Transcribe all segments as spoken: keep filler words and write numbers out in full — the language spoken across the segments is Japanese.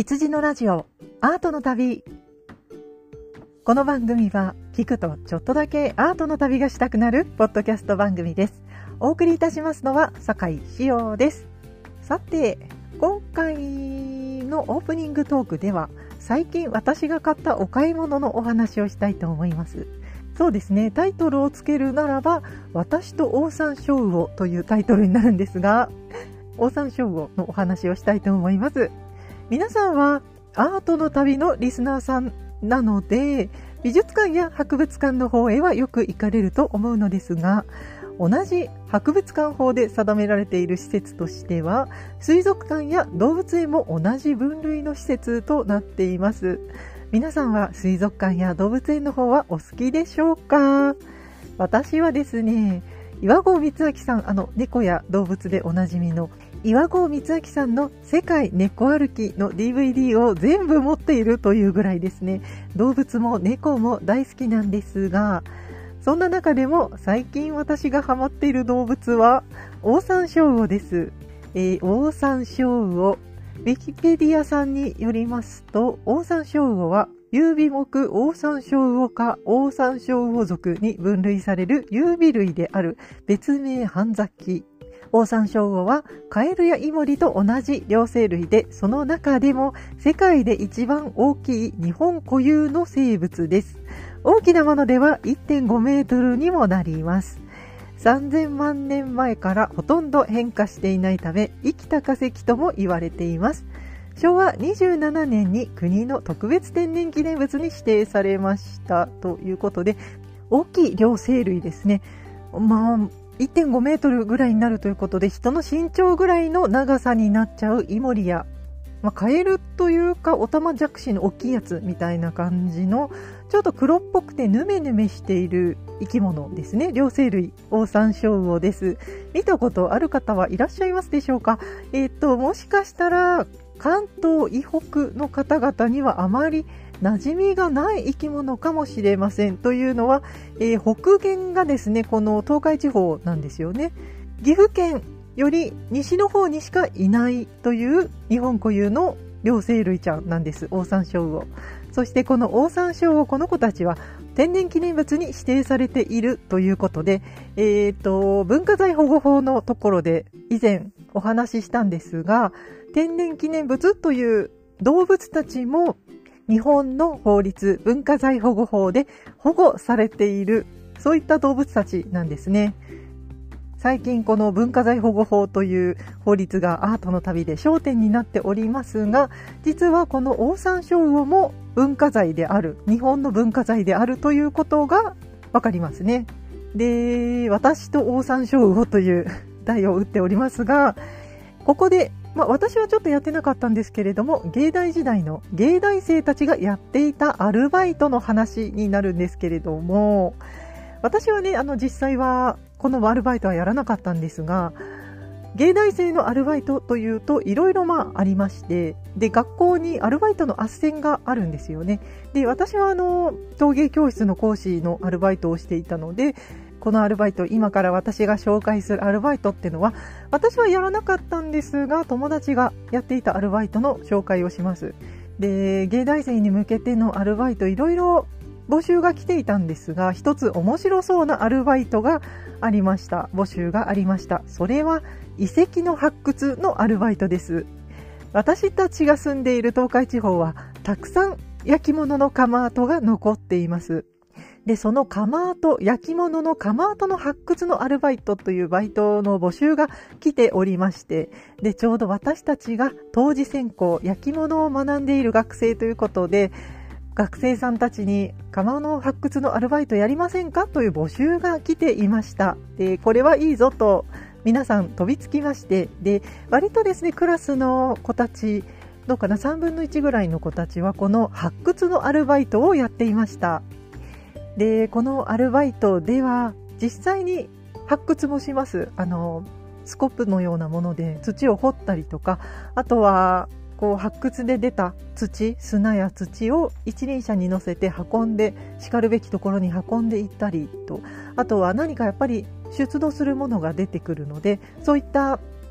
羊のラジオアートの旅。この番組は聞くとちょっとだけアートの旅がしたくなるポッドキャスト番組です。お送りいたしますのは酒井志陽です。さて、今回のオープニングトークでは最近私が買ったお買い物のお話をしたいと思います。そうですね、タイトルをつけるならば私とオオサンショウウオというタイトルになるんですが、オオサンショウウオのお話をしたいと思います。皆さんはアートの旅のリスナーさんなので、美術館や博物館の方へはよく行かれると思うのですが、同じ博物館法で定められている施設としては、水族館や動物園も同じ分類の施設となっています。皆さんは水族館や動物園の方はお好きでしょうか？私はですね、岩合光明さん、あの猫や動物でおなじみの岩合光明さんの世界猫歩きの ディーブイディー を全部持っているというぐらいですね、動物も猫も大好きなんですが、そんな中でも最近私がハマっている動物はオオサンショウウオです。えー、オオサンショウウオ、ウィキペディアさんによりますと、オオサンショウウオは有尾目オオサンショウウオ科オオサンショウウオ属に分類される有尾類である別名半雑記。オオサンショウウオはカエルやイモリと同じ両生類で、その中でも世界で一番大きい日本固有の生物です。大きなものでは いってんご メートルにもなります。さんぜんまんねんまえからほとんど変化していないため、生きた化石とも言われています。しょうわにじゅうななねんに国の特別天然記念物に指定されましたということで、大きい両生類ですね。まあいってんご メートルぐらいになるということで、人の身長ぐらいの長さになっちゃうイモリや、まあ、カエルというかオタマジャクシの大きいやつみたいな感じの、ちょっと黒っぽくてヌメヌメしている生き物ですね。両生類オオサンショウウオです。見たことある方はいらっしゃいますでしょうか？えっともしかしたら関東以北の方々にはあまり馴染みがない生き物かもしれません。というのは、えー、北限がですね、この東海地方なんですよね。岐阜県より西の方にしかいないという日本固有の両生類ちゃんなんです、オオサンショウウオ。そしてこのオオサンショウウオ、この子たちは天然記念物に指定されているということで、えーと、文化財保護法のところで以前お話ししたんですが、天然記念物という動物たちも日本の法律、文化財保護法で保護されている、そういった動物たちなんですね。最近この文化財保護法という法律がアートの旅で焦点になっておりますが、実はこのオオサンショウウオも文化財である、日本の文化財であるということがわかりますね。で、私とオオサンショウウオという題を打っておりますが、ここでまあ、私はちょっとやってなかったんですけれども、芸大時代の芸大生たちがやっていたアルバイトの話になるんですけれども、私はね、あの実際はこのアルバイトはやらなかったんですが、芸大生のアルバイトというといろいろまあありまして、で学校にアルバイトの斡旋があるんですよね。で、私はあの陶芸教室の講師のアルバイトをしていたので、このアルバイト、今から私が紹介するアルバイトっていうのは私はやらなかったんですが、友達がやっていたアルバイトの紹介をします。で、芸大生に向けてのアルバイト、いろいろ募集が来ていたんですが、一つ面白そうなアルバイトがありました。募集がありました。それは遺跡の発掘のアルバイトです。私たちが住んでいる東海地方はたくさん焼き物の窯跡が残っています。で、その窯跡、焼き物の窯跡の発掘のアルバイトというバイトの募集が来ておりまして、で、ちょうど私たちが当時専攻、焼き物を学んでいる学生ということで、学生さんたちに窯の発掘のアルバイトやりませんかという募集が来ていました。で、これはいいぞと皆さん飛びつきまして、で、割とですね、クラスの子たち、どうかな、さんぶんのいちぐらいの子たちはこの発掘のアルバイトをやっていました。で、このアルバイトでは実際に発掘もします。あのスコップのようなもので土を掘ったりとか、あとはこう発掘で出た土、砂や土を一輪車に乗せて運んで、しかるべきところに運んでいったりと、あとは何かやっぱり出土するものが出てくるので、そういった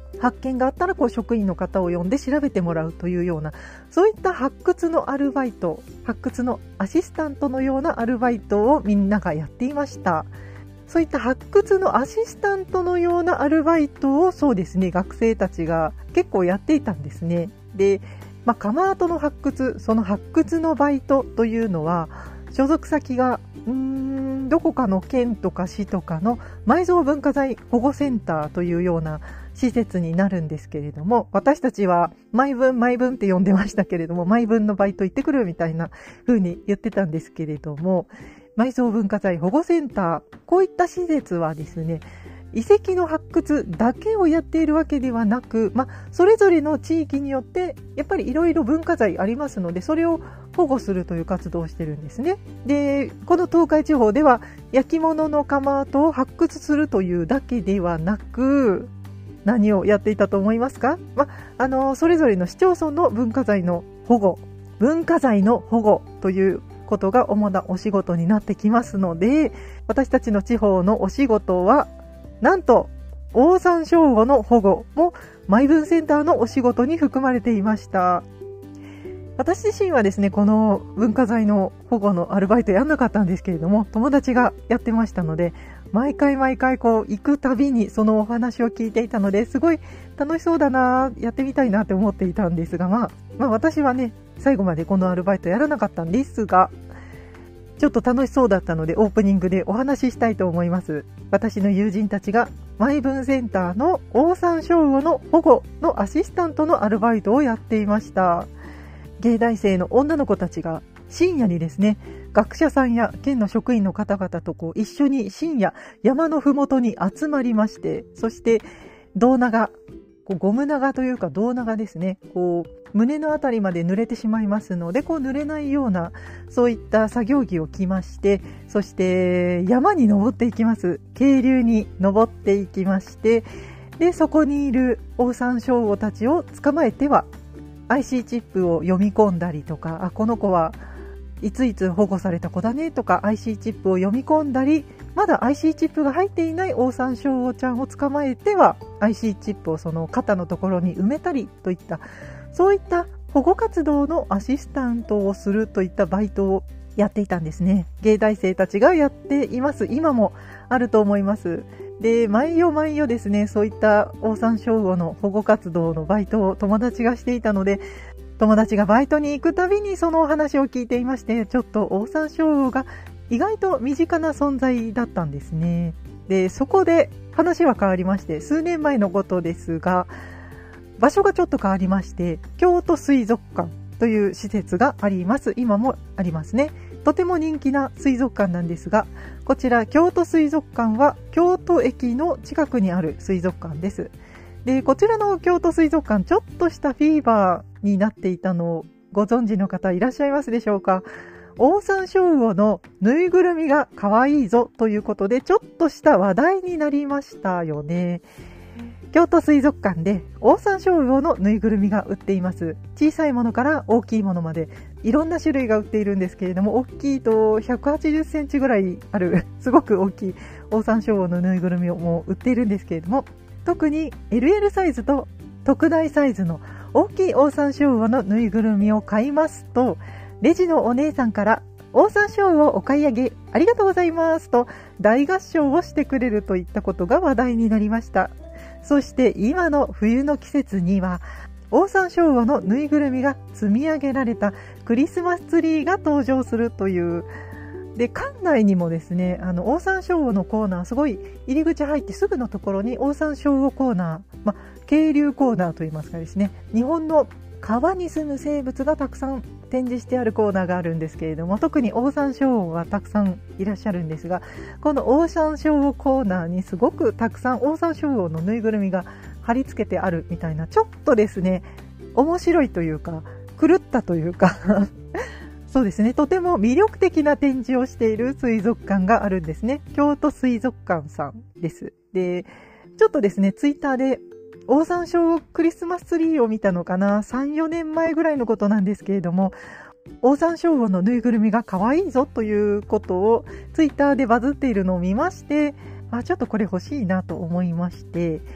発見があったらこう職員の方を呼んで調べてもらうというような、そういった発掘のアルバイト、発掘のアシスタントのようなアルバイトをみんながやっていました。そういった発掘のアシスタントのようなアルバイトをそうですね、学生たちが結構やっていたんですね。で、まあ、窯跡の発掘、その発掘のバイトというのは所属先がうーんどこかの県とか市とかの埋蔵文化財保護センターというような施設になるんですけれども、私たちは毎分毎分って呼んでましたけれども、毎分のバイト行ってくるみたいな風に言ってたんですけれども、埋蔵文化財保護センター、こういった施設はですね、遺跡の発掘だけをやっているわけではなく、まあ、それぞれの地域によってやっぱりいろいろ文化財ありますので、それを保護するという活動をしてるんですね。で、この東海地方では焼き物の窯跡を発掘するというだけではなく、何をやっていたと思いますか？まあ、あのそれぞれの市町村の文化財の保護、文化財の保護ということが主なお仕事になってきますので、私たちの地方のお仕事はなんとオオサンショウウオの保護も埋分センターのお仕事に含まれていました。私自身はですね、この文化財の保護のアルバイトやんなかったんですけれども、友達がやってましたので、毎回毎回こう行くたびにそのお話を聞いていたので、すごい楽しそうだな、やってみたいなって思っていたんですが、まあ、まあ私はね、最後までこのアルバイトやらなかったんですが、ちょっと楽しそうだったのでオープニングでお話ししたいと思います。私の友人たちが埋分センターのオオサンショウウオの保護のアシスタントのアルバイトをやっていました。芸大生の女の子たちが深夜にですね、学者さんや県の職員の方々とこう一緒に深夜山のふもとに集まりまして、そして胴長、こうゴム長というか胴長ですね、こう胸のあたりまで濡れてしまいますので、こう濡れないようなそういった作業着を着まして、そして山に登っていきます。渓流に登っていきまして、でそこにいるオオサンショウウオたちを捕まえては アイシー チップを読み込んだりとか、あ、この子はいついつ保護された子だねとか アイシー チップを読み込んだり、まだ アイシー チップが入っていないオオサンショウウオちゃんを捕まえては アイシー チップをその肩のところに埋めたりといった、そういった保護活動のアシスタントをするといったバイトをやっていたんですね。芸大生たちがやっています。今もあると思います。で、毎夜毎夜ですね、そういったオオサンショウウオの保護活動のバイトを友達がしていたので、友達がバイトに行くたびにそのお話を聞いていまして、ちょっとオオサンショウウオが意外と身近な存在だったんですね。で、そこで話は変わりまして、数年前のことですが、場所がちょっと変わりまして、京都水族館という施設があります。今もありますね。とても人気な水族館なんですが、こちら京都水族館は京都駅の近くにある水族館です。で、こちらの京都水族館、ちょっとしたフィーバーになっていたのをご存知の方いらっしゃいますでしょうか。オオサンショウウオのぬいぐるみが可愛いぞということで、ちょっとした話題になりましたよね。京都水族館でオオサンショウウオのぬいぐるみが売っています。小さいものから大きいものまでいろんな種類が売っているんですけれども、大きいとひゃくはちじゅっセンチぐらいあるすごく大きいオオサンショウウオのぬいぐるみをもう売っているんですけれども、特に エルエル サイズと特大サイズの大きいオオサンショウウオのぬいぐるみを買いますと、レジのお姉さんからオオサンショウウオお買い上げありがとうございますと大合唱をしてくれるといったことが話題になりました。そして今の冬の季節にはオオサンショウウオのぬいぐるみが積み上げられたクリスマスツリーが登場するという。で、館内にもですね、あのオオサンショウウオのコーナー、すごい入り口入ってすぐのところにオオサンショウウオコーナー、ま、渓流コーナーといいますかですね、日本の川に住む生物がたくさん展示してあるコーナーがあるんですけれども、特にオオサンショウウオはたくさんいらっしゃるんですが、このオオサンショウウオコーナーにすごくたくさんオオサンショウウオのぬいぐるみが貼り付けてあるみたいな、ちょっとですね面白いというか狂ったというかそうですね、とても魅力的な展示をしている水族館があるんですね。京都水族館さんです。で、ちょっとですねツイッターでオオサンショウウオクリスマスツリーを見たのかな、さん、よねんまえぐらいのことなんですけれども、オオサンショウウオのぬいぐるみが可愛いぞということをツイッターでバズっているのを見まして、あ、ちょっとこれ欲しいなと思いまして、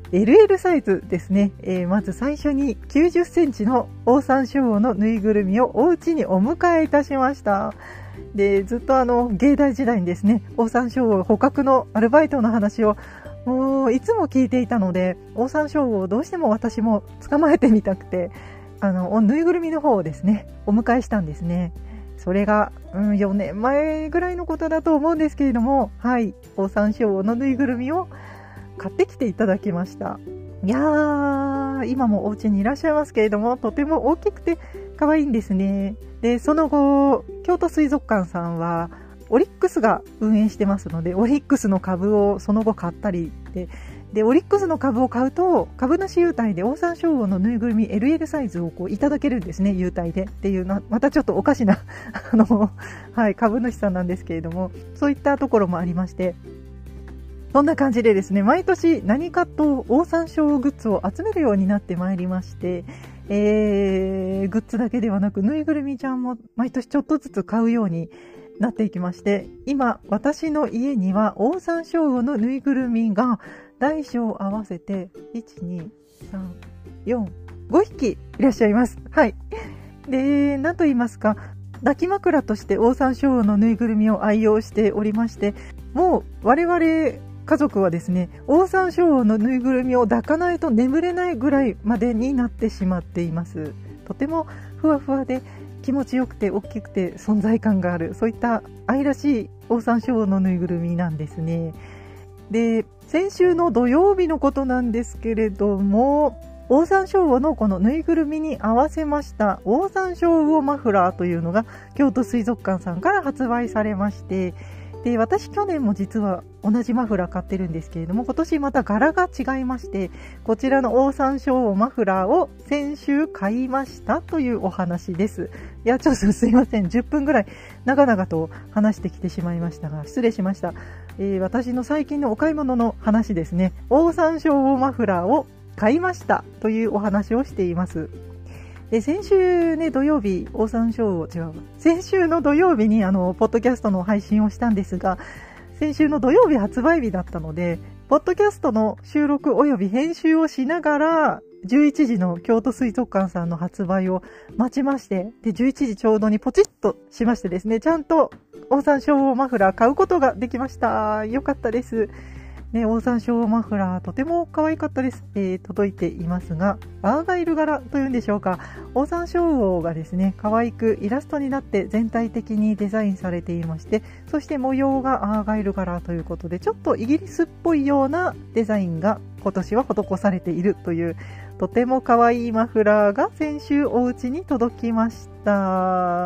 エルエル サイズですね、えー、まず最初にきゅうじゅっセンチのオオサンショウウオのぬいぐるみをお家にお迎えいたしました。でずっとあの芸大時代にですね、オオサンショウウオ捕獲のアルバイトの話をもういつも聞いていたので、オオサンショウウオをどうしても私も捕まえてみたくて、あのぬいぐるみの方をですねお迎えしたんですね。それが、うん、よねんまえぐらいのことだと思うんですけれども、はい、オオサンショウウオのぬいぐるみを買ってきていただきました。いやー、今もお家にいらっしゃいますけれども、とても大きくて可愛いんですね。でその後京都水族館さんはオリックスが運営してますので、オリックスの株をその後買ったりで、でオリックスの株を買うと株主優待でオオサンショウウオのぬいぐるみ エルエル サイズをこういただけるんですね、優待でっていうな、またちょっとおかしなあの、はい、株主さんなんですけれども、そういったところもありまして、そんな感じでですね、毎年何かとオオサンショウウオグッズを集めるようになってまいりまして、えー、グッズだけではなくぬいぐるみちゃんも毎年ちょっとずつ買うようになっていきまして、今私の家にはオオサンショウウオのぬいぐるみが大小合わせていち、に、さん、よん、ごひきいらっしゃいます。はい。で、なんと言いますか、抱き枕としてオオサンショウウオのぬいぐるみを愛用しておりまして、もう我々家族はですね、オオサンショウウオのぬいぐるみを抱かないと眠れないぐらいまでになってしまっています。とてもふわふわで気持ちよくて大きくて存在感がある、そういった愛らしいオオサンショウウオのぬいぐるみなんですね。で、先週の土曜日のことなんですけれども、オオサンショウウオのこのぬいぐるみに合わせましたオオサンショウウオマフラーというのが京都水族館さんから発売されまして、で私去年も実は同じマフラー買ってるんですけれども、今年また柄が違いまして、こちらのオオサンショウウオマフラーを先週買いましたというお話です。いやちょっとすいません、じゅっぷんぐらい長々と話してきてしまいましたが失礼しました。えー、私の最近のお買い物の話ですね。オオサンショウウオマフラーを買いましたというお話をしています。で先週ね、土曜日、オオサンショウウオ違う先週の土曜日にあのポッドキャストの配信をしたんですが、先週の土曜日発売日だったので、ポッドキャストの収録および編集をしながらじゅういちじの京都水族館さんの発売を待ちまして、でじゅういちじちょうどにポチッとしましてですね、ちゃんとオオサンショウウオマフラー買うことができました。よかったですね。オオサンショウウオマフラーとても可愛かったです。えー、届いていますが、アーガイル柄というんでしょうか、オオサンショウウオがですね可愛くイラストになって全体的にデザインされていまして、そして模様がアーガイル柄ということで、ちょっとイギリスっぽいようなデザインが今年は施されているという、とても可愛いマフラーが先週お家に届きました。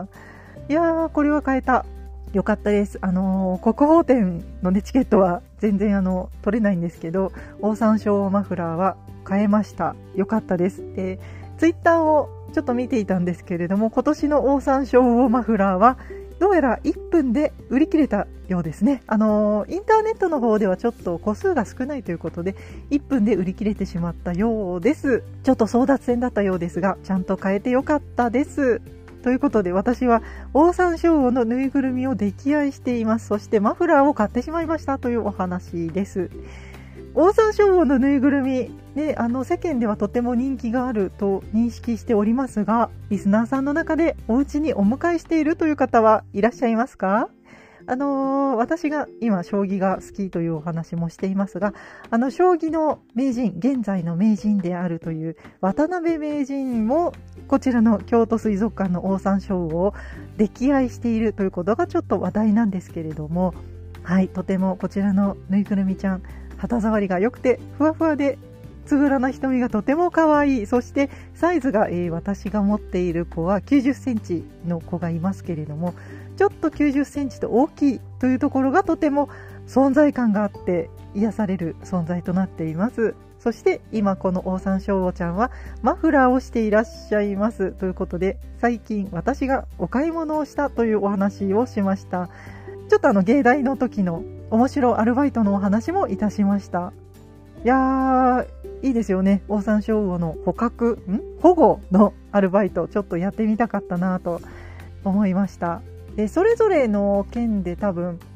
いやー、これは買えた。よかったです。あのー、国宝展の、ね、チケットは全然あの取れないんですけど、オオサンショウウオマフラーは買えました。よかったです。で、ツイッターをちょっと見ていたんですけれども、今年のオオサンショウウオマフラーはどうやらいっぷんで売り切れたようですね。あのー、インターネットの方ではちょっと個数が少ないということでいっぷんで売り切れてしまったようです。ちょっと争奪戦だったようですが、ちゃんと買えてよかったです。ということで、私はオオサンショウウオのぬいぐるみを溺愛しています。そしてマフラーを買ってしまいましたというお話です。オオサンショウウオのぬいぐるみ、ね、あの世間ではとても人気があると認識しておりますが、リスナーさんの中でお家にお迎えしているという方はいらっしゃいますか？あのー、私が今将棋が好きというお話もしていますが、あの将棋の名人、現在の名人であるという渡辺名人もこちらの京都水族館のオオサンショウウオを溺愛しているということがちょっと話題なんですけれども、はい、とてもこちらのぬいぐるみちゃん、肌触りが良くてふわふわでつぶらな瞳がとても可愛い。そしてサイズが、えー、私が持っている子はきゅうじゅっセンチの子がいますけれども、ちょっときゅうじゅっセンチと大きいというところがとても存在感があって癒される存在となっています。そして今このオオサンショウウオちゃんはマフラーをしていらっしゃいますということで、最近私がお買い物をしたというお話をしました。ちょっとあの芸大の時の面白アルバイトのお話もいたしました。いやー、いいですよね。オオサンショウウオの捕獲ん保護のアルバイト、ちょっとやってみたかったなと思いました。でそれぞれの県で多分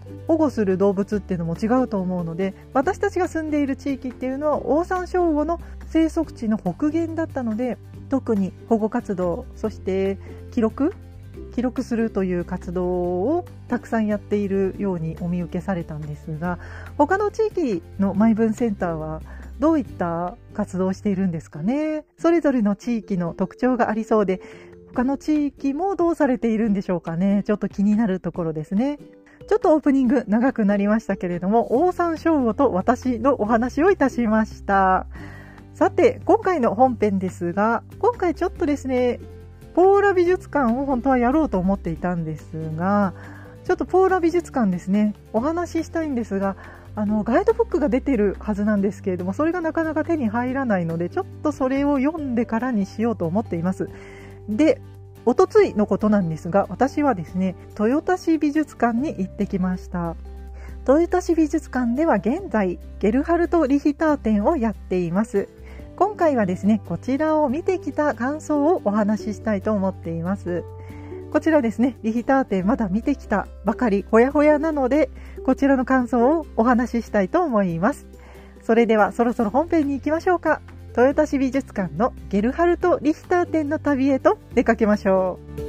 保護する動物っていうのも違うと思うので、私たちが住んでいる地域っていうのはオオサンショウウオの生息地の北限だったので、特に保護活動、そして記録記録するという活動をたくさんやっているようにお見受けされたんですが、他の地域のマイブンセンターはどういった活動をしているんですかね。それぞれの地域の特徴がありそうで、他の地域もどうされているんでしょうかね。ちょっと気になるところですね。ちょっとオープニング長くなりましたけれども、オオサンショウウオと私のお話をいたしました。さて、今回の本編ですが、今回ちょっとですね、ポーラ美術館を本当はやろうと思っていたんですが、ちょっとポーラ美術館ですね、お話ししたいんですが、あのガイドブックが出てるはずなんですけれども、それがなかなか手に入らないので、ちょっとそれを読んでからにしようと思っています。で、おとついのことなんですが、私はですね、豊田市美術館に行ってきました。豊田市美術館では現在ゲルハルト・リヒター展をやっています。今回はですね、こちらを見てきた感想をお話ししたいと思っています。こちらですね、リヒター展まだ見てきたばかりほやほやなので、こちらの感想をお話ししたいと思います。それではそろそろ本編に行きましょうか。豊田市美術館のゲルハルト・リヒター展の旅へと出かけましょう。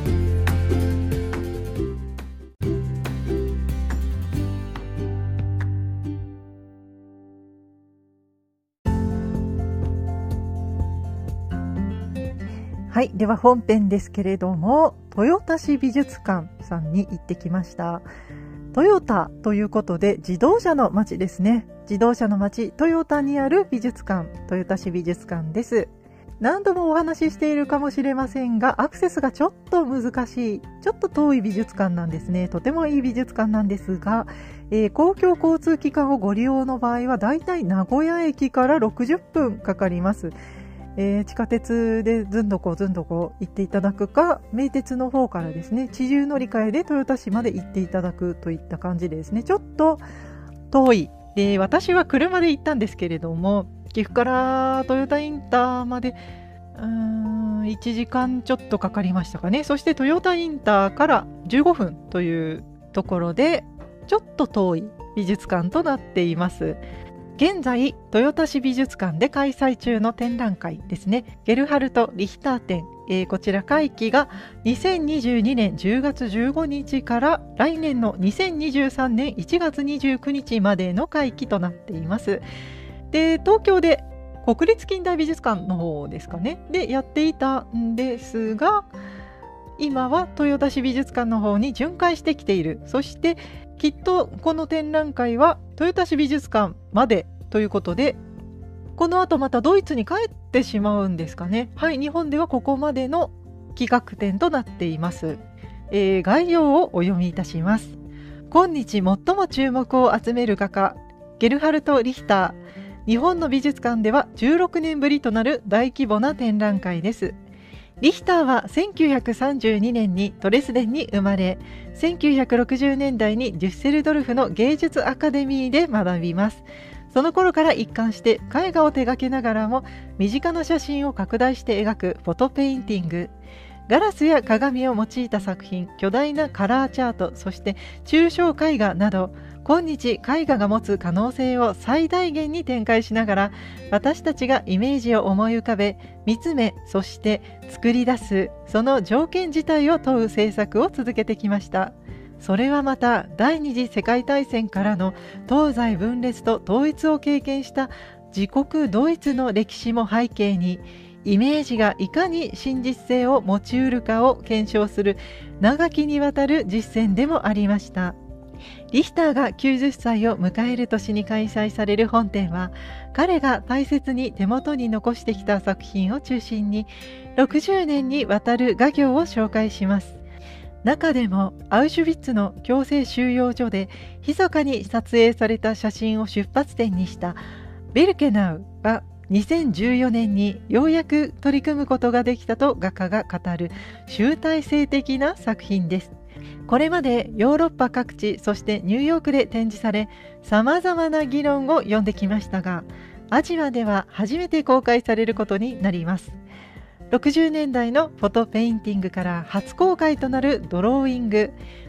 はい、では本編ですけれども、豊田市美術館さんに行ってきました。トヨタということで自動車の街ですね。自動車の街トヨタにある美術館、豊田市美術館です。何度もお話ししているかもしれませんが、アクセスがちょっと難しい、ちょっと遠い美術館なんですね。とてもいい美術館なんですが、えー、公共交通機関をご利用の場合はだいたい名古屋駅からろくじゅっぷんかかります。えー、地下鉄でずんどこずんどこ行っていただくか、名鉄の方からですね、地重乗り換えで豊田市まで行っていただくといった感じですね。ちょっと遠い。で、私は車で行ったんですけれども、岐阜から豊田インターまでうーんいちじかんちょっとかかりましたかね。そして豊田インターからじゅうごふんというところで、ちょっと遠い美術館となっています。現在豊田市美術館で開催中の展覧会ですね、ゲルハルト・リヒター展、えー、こちら会期がにせんにじゅうにねんじゅうがつじゅうごにちから来年のにせんにじゅうさんねんいちがつにじゅうくにちまでの会期となっています。で、東京で国立近代美術館の方ですかねでやっていたんですが、今は豊田市美術館の方に巡回してきている。そしてきっとこの展覧会は豊田市美術館までということで、この後またドイツに帰ってしまうんですかね。はい、日本ではここまでの企画展となっています。えー、概要をお読みいたします。今日最も注目を集める画家ゲルハルト・リヒター。日本の美術館ではじゅうろくねんぶりとなる大規模な展覧会です。リヒターはせんきゅうひゃくさんじゅうにねんにドレスデンに生まれ、せんきゅうひゃくろくじゅうねんだいにデュッセルドルフの芸術アカデミーで学びます。その頃から一貫して絵画を手掛けながらも、身近な写真を拡大して描くフォトペインティング、ガラスや鏡を用いた作品、巨大なカラーチャート、そして抽象絵画など、今日絵画が持つ可能性を最大限に展開しながら、私たちがイメージを思い浮かべ、見つめ、そして作り出す、その条件自体を問う制作を続けてきました。それはまた第二次世界大戦からの東西分裂と統一を経験した自国ドイツの歴史も背景に、イメージがいかに真実性を持ち得るかを検証する長きにわたる実践でもありました。リヒターがきゅうじゅっさいを迎える年に開催される本展は、彼が大切に手元に残してきた作品を中心にろくじゅうねんにわたる画業を紹介します。中でもアウシュビッツの強制収容所で密かに撮影された写真を出発点にしたベルケナウは、にせんじゅうよねんにようやく取り組むことができたと画家が語る集大成的な作品です。これまでヨーロッパ各地、そしてニューヨークで展示され、さまざまな議論を呼んできましたが、アジアでは初めて公開されることになります。ろくじゅうねんだいのフォトペインティングから初公開となるドローイング、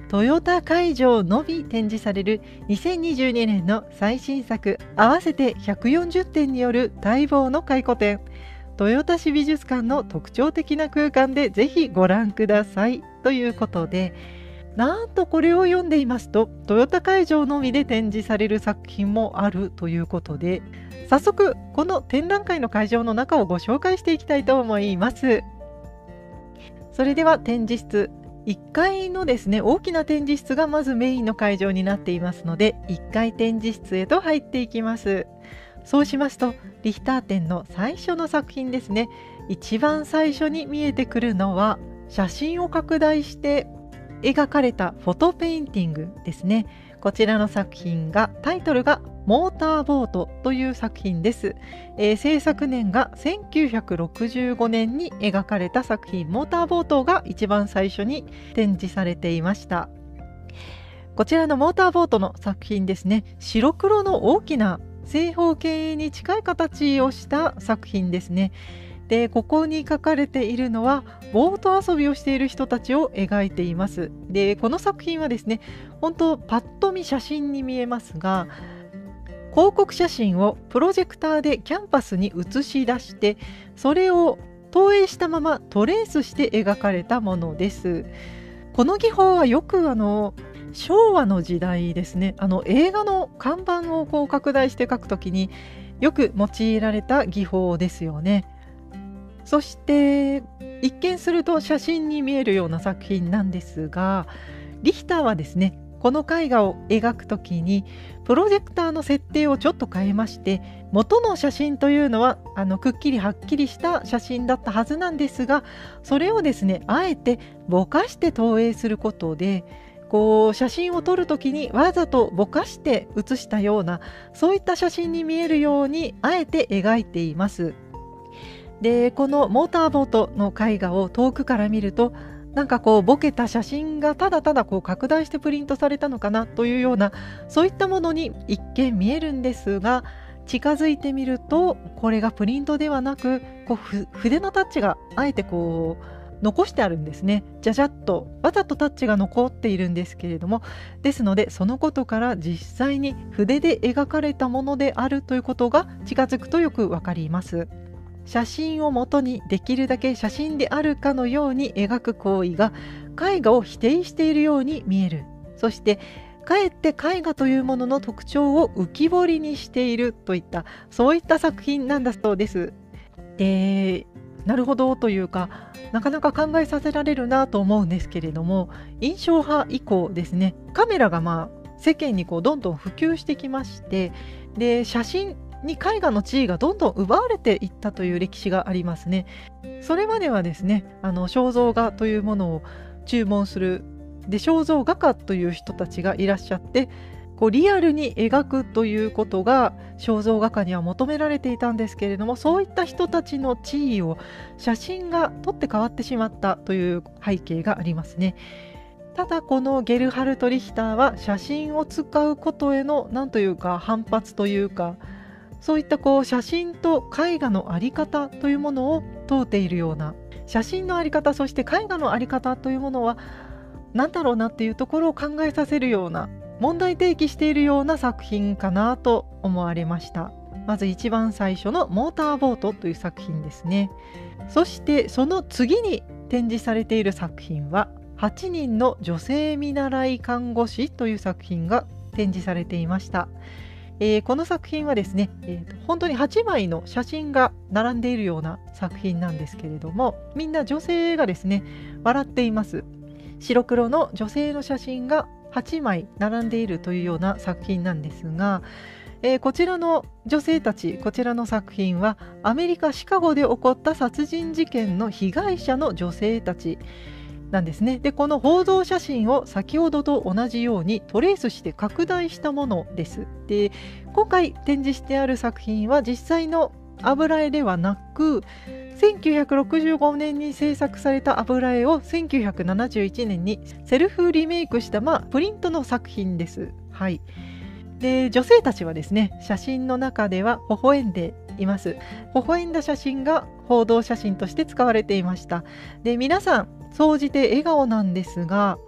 トヨタ会場のみ展示されるにせんにじゅうにねんの最新作合わせてひゃくよんじゅってんによる待望の回顧展、豊田市美術館の特徴的な空間でぜひご覧くださいということで、なんとこれを読んでいますとトヨタ会場のみで展示される作品もあるということで、早速この展覧会の会場の中をご紹介していきたいと思います。それでは展示室、いっかいのですね大きな展示室がまずメインの会場になっていますので、いっかい展示室へと入っていきます。そうしますとリヒター展の最初の作品ですね、一番最初に見えてくるのは写真を拡大して描かれたフォトペインティングですね。こちらの作品がタイトルがモーターボートという作品です。えー、制作年がせんきゅうひゃくろくじゅうごねんに描かれた作品モーターボートが一番最初に展示されていました。こちらのモーターボートの作品ですね、白黒の大きな正方形に近い形をした作品ですね。でここに書かれているのはボート遊びをしている人たちを描いています。でこの作品はですね、本当パッと見写真に見えますが、広告写真をプロジェクターでキャンパスに映し出して、それを投影したままトレースして描かれたものです。この技法はよくあの昭和の時代ですね、あの映画の看板をこう拡大して描くときによく用いられた技法ですよね。そして一見すると写真に見えるような作品なんですが、リヒターはですねこの絵画を描くときにプロジェクターの設定をちょっと変えまして、元の写真というのはあのくっきりはっきりした写真だったはずなんですが、それをですねあえてぼかして投影することで、こう写真を撮るときにわざとぼかして写したような、そういった写真に見えるようにあえて描いています。でこのモーターボートの絵画を遠くから見ると、なんかこうボケた写真がただただこう拡大してプリントされたのかなというような、そういったものに一見見えるんですが、近づいてみるとこれがプリントではなく、こう筆のタッチがあえてこう残してあるんですね。じゃじゃっとわざとタッチが残っているんですけれども、ですのでそのことから実際に筆で描かれたものであるということが近づくとよくわかります。写真をもとにできるだけ写真であるかのように描く行為が絵画を否定しているように見える。そしてかえって絵画というものの特徴を浮き彫りにしているといった、そういった作品なんだそうです。でなるほどというか、なかなか考えさせられるなと思うんですけれども、印象派以降ですね、カメラがまあ世間にこうどんどん普及してきまして、で写真に絵画の地位がどんどん奪われていったという歴史がありますね。それまではですね、あの肖像画というものを注文するで肖像画家という人たちがいらっしゃって、こうリアルに描くということが肖像画家には求められていたんですけれども、そういった人たちの地位を写真が取って変わってしまったという背景がありますね。ただこのゲルハルト・リヒターは写真を使うことへの何というか反発というか、そういったこう写真と絵画の在り方というものを問うているような、写真の在り方そして絵画の在り方というものは何だろうなっていうところを考えさせるような、問題提起しているような作品かなと思われました。まず一番最初のモーターボートという作品ですね。そしてその次に展示されている作品ははちにんの女性見習い看護師という作品が展示されていました。えー、この作品はですね、えーと、本当にはちまいの写真が並んでいるような作品なんですけれども、みんな女性がですね笑っています。白黒の女性の写真がはちまい並んでいるというような作品なんですが、えー、こちらの女性たち、こちらの作品はアメリカ・シカゴで起こった殺人事件の被害者の女性たちなんですね。でこの報道写真を先ほどと同じようにトレースして拡大したものです。で今回展示してある作品は実際の油絵ではなく、せんきゅうひゃくろくじゅうごねんに制作された油絵をせんきゅうひゃくななじゅういちねんにセルフリメイクした、まあ、プリントの作品です。はい、で女性たちはですね写真の中では微笑んでいます。微笑んだ写真が報道写真として使われていました。で皆さん総じて笑顔なんですが、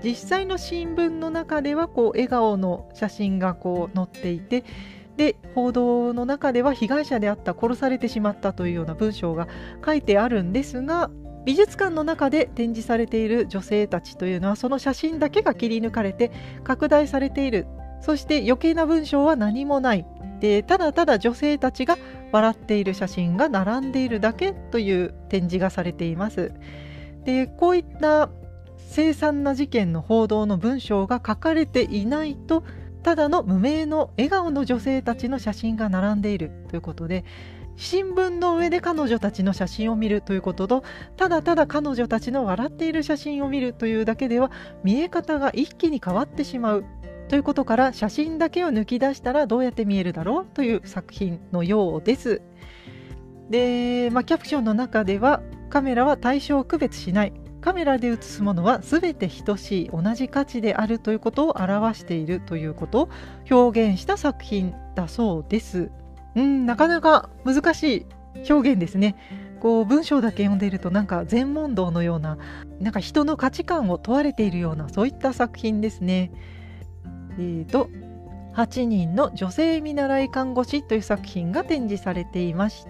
実際の新聞の中ではこう笑顔の写真がこう載っていて、で報道の中では被害者であった、殺されてしまったというような文章が書いてあるんですが、美術館の中で展示されている女性たちというのはその写真だけが切り抜かれて拡大されている。そして余計な文章は何もない。でただただ女性たちが笑っている写真が並んでいるだけという展示がされています。でこういった凄惨な事件の報道の文章が書かれていないと、ただの無名の笑顔の女性たちの写真が並んでいるということで、新聞の上で彼女たちの写真を見るということと、ただただ彼女たちの笑っている写真を見るというだけでは見え方が一気に変わってしまうということから、写真だけを抜き出したらどうやって見えるだろうという作品のようです。で、まあ、キャプションの中では、カメラは対象を区別しない、カメラで写すものは全て等しい、同じ価値であるということを表しているということを表現した作品だそうです。うん、なかなか難しい表現ですね。こう文章だけ読んでいるとなんか禅問答のような、なんか人の価値観を問われているような、そういった作品ですね。えーとはちにんの女性見習い看護師という作品が展示されていました。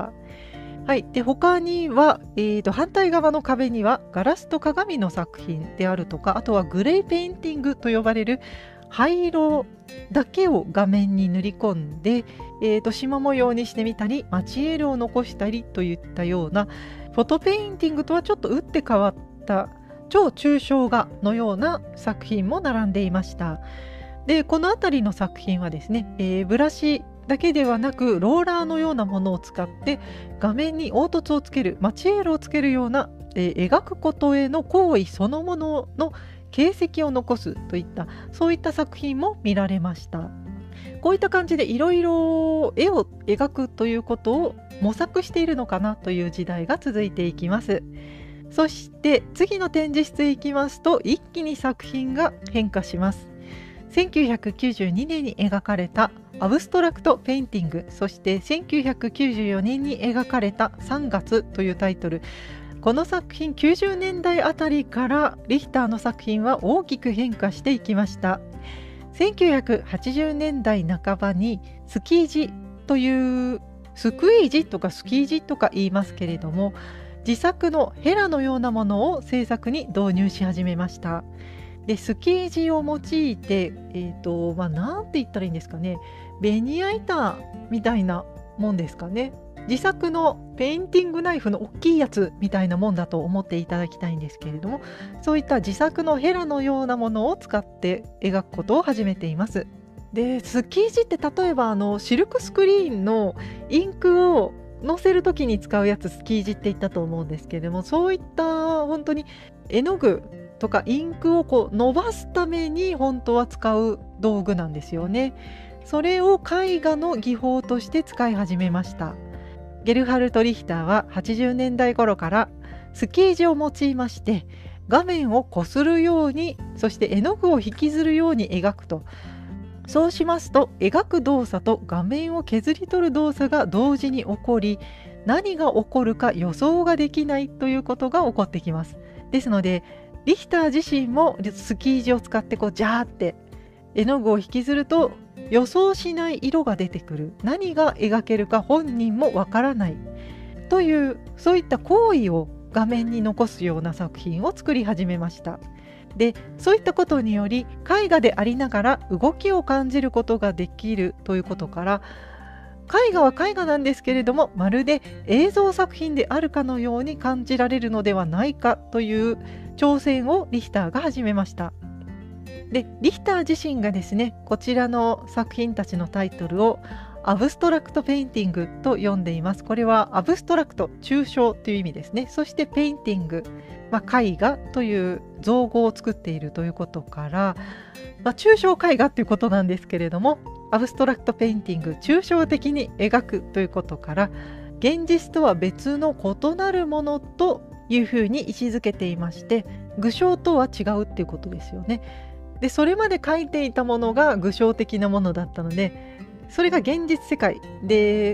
はい、で他には、えーと反対側の壁にはガラスと鏡の作品であるとか、あとはグレーペインティングと呼ばれる灰色だけを画面に塗り込んで、えーと縞模様にしてみたり、マチエールを残したりといったような、フォトペインティングとはちょっと打って変わった超抽象画のような作品も並んでいました。でこのあたりの作品はですね、えー、ブラシだけではなくローラーのようなものを使って画面に凹凸をつける、マチエールをつけるような、えー、描くことへの行為そのものの形跡を残すといった、そういった作品も見られました。こういった感じでいろいろ絵を描くということを模索しているのかなという時代が続いていきます。そして次の展示室へ行きますと、一気に作品が変化します。せんきゅうひゃくきゅうじゅうにねんに描かれたアブストラクトペインティング、そしてせんきゅうひゃくきゅうじゅうよねんに描かれたさんがつというタイトル。この作品きゅうじゅうねんだいあたりからリヒターの作品は大きく変化していきました。せんきゅうひゃくはちじゅうねんだいなかばにスキージという、スクイージとかスキージとか言いますけれども、自作のヘラのようなものを制作に導入し始めました。でスキージを用いて、えーとまあ、なんて言ったらいいんですかね、ベニヤ板みたいなもんですかね。自作のペインティングナイフの大きいやつみたいなもんだと思っていただきたいんですけれども、そういった自作のヘラのようなものを使って描くことを始めています。でスキージって例えばあのシルクスクリーンのインクを載せるときに使うやつ、スキージって言ったと思うんですけれども、そういった本当に絵の具とかインクをこう伸ばすために本当は使う道具なんですよね。それを絵画の技法として使い始めました。ゲルハルト・リヒターははちじゅうねんだい頃からスキージを用いまして、画面をこするように、そして絵の具を引きずるように描くと、そうしますと描く動作と画面を削り取る動作が同時に起こり、何が起こるか予想ができないということが起こってきます。ですのでリヒター自身もスキージを使ってこうジャーって絵の具を引きずると予想しない色が出てくる、何が描けるか本人もわからないという、そういった行為を画面に残すような作品を作り始めました。でそういったことにより絵画でありながら動きを感じることができるということから、絵画は絵画なんですけれども、まるで映像作品であるかのように感じられるのではないかという挑戦をリヒターが始めました。でリヒター自身がですね、こちらの作品たちのタイトルをアブストラクトペインティングと呼んでいます。これはアブストラクト、抽象という意味ですね。そしてペインティング、まあ、絵画という造語を作っているということから、まあ、抽象絵画ということなんですけれども、アブストラクトペインティング、抽象的に描くということから、現実とは別の異なるものというふうに位置づけていまして、具象とは違うっていうことですよね。でそれまで描いていたものが具象的なものだったので、それが現実世界で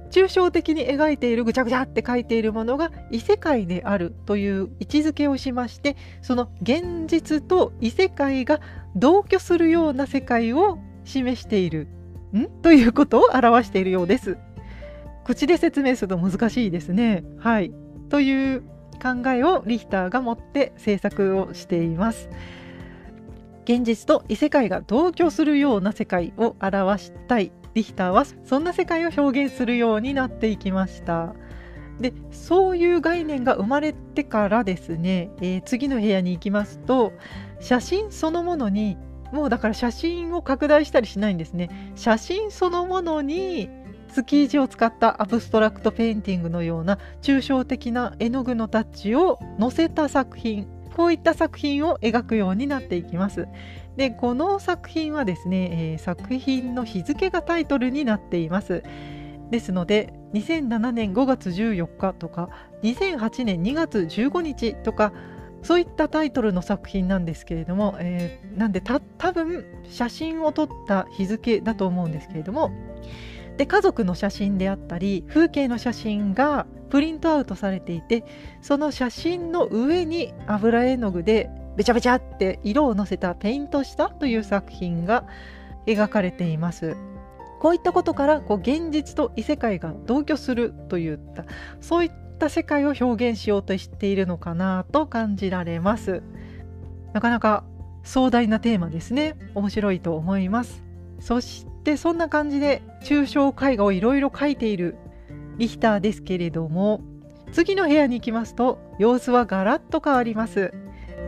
抽象的に描いているぐちゃぐちゃって書いているものが異世界であるという位置づけをしまして、その現実と異世界が同居するような世界を示しているんということを表しているようです。口で説明すると難しいですね。はい。という考えをリヒターが持って制作をしています。現実と異世界が同居するような世界を表したいリヒターはそんな世界を表現するようになっていきました。で、そういう概念が生まれてからですね、えー、次の部屋に行きますと、写真そのものにもうだから写真を拡大したりしないんですね。写真そのものにスキージを使ったアブストラクトペインティングのような抽象的な絵の具のタッチを載せた作品、こういった作品を描くようになっていきます。で、この作品はですね、えー、作品の日付がタイトルになっています。ですのでにせんななねんごがつじゅうよっかとかにせんはちねんにがつじゅうごにちとか、そういったタイトルの作品なんですけれども、えー、なんでた多分写真を撮った日付だと思うんですけれども、で家族の写真であったり風景の写真がプリントアウトされていて、その写真の上に油絵の具でべちゃべちゃって色をのせたペイントしたという作品が描かれています。こういったことからこう現実と異世界が同居するといったそういった世界を表現しようとしているのかなと感じられます。なかなか壮大なテーマですね。面白いと思います。そしてそんな感じで抽象絵画をいろいろ描いているリヒターですけれども、次の部屋に行きますと様子はガラッと変わります。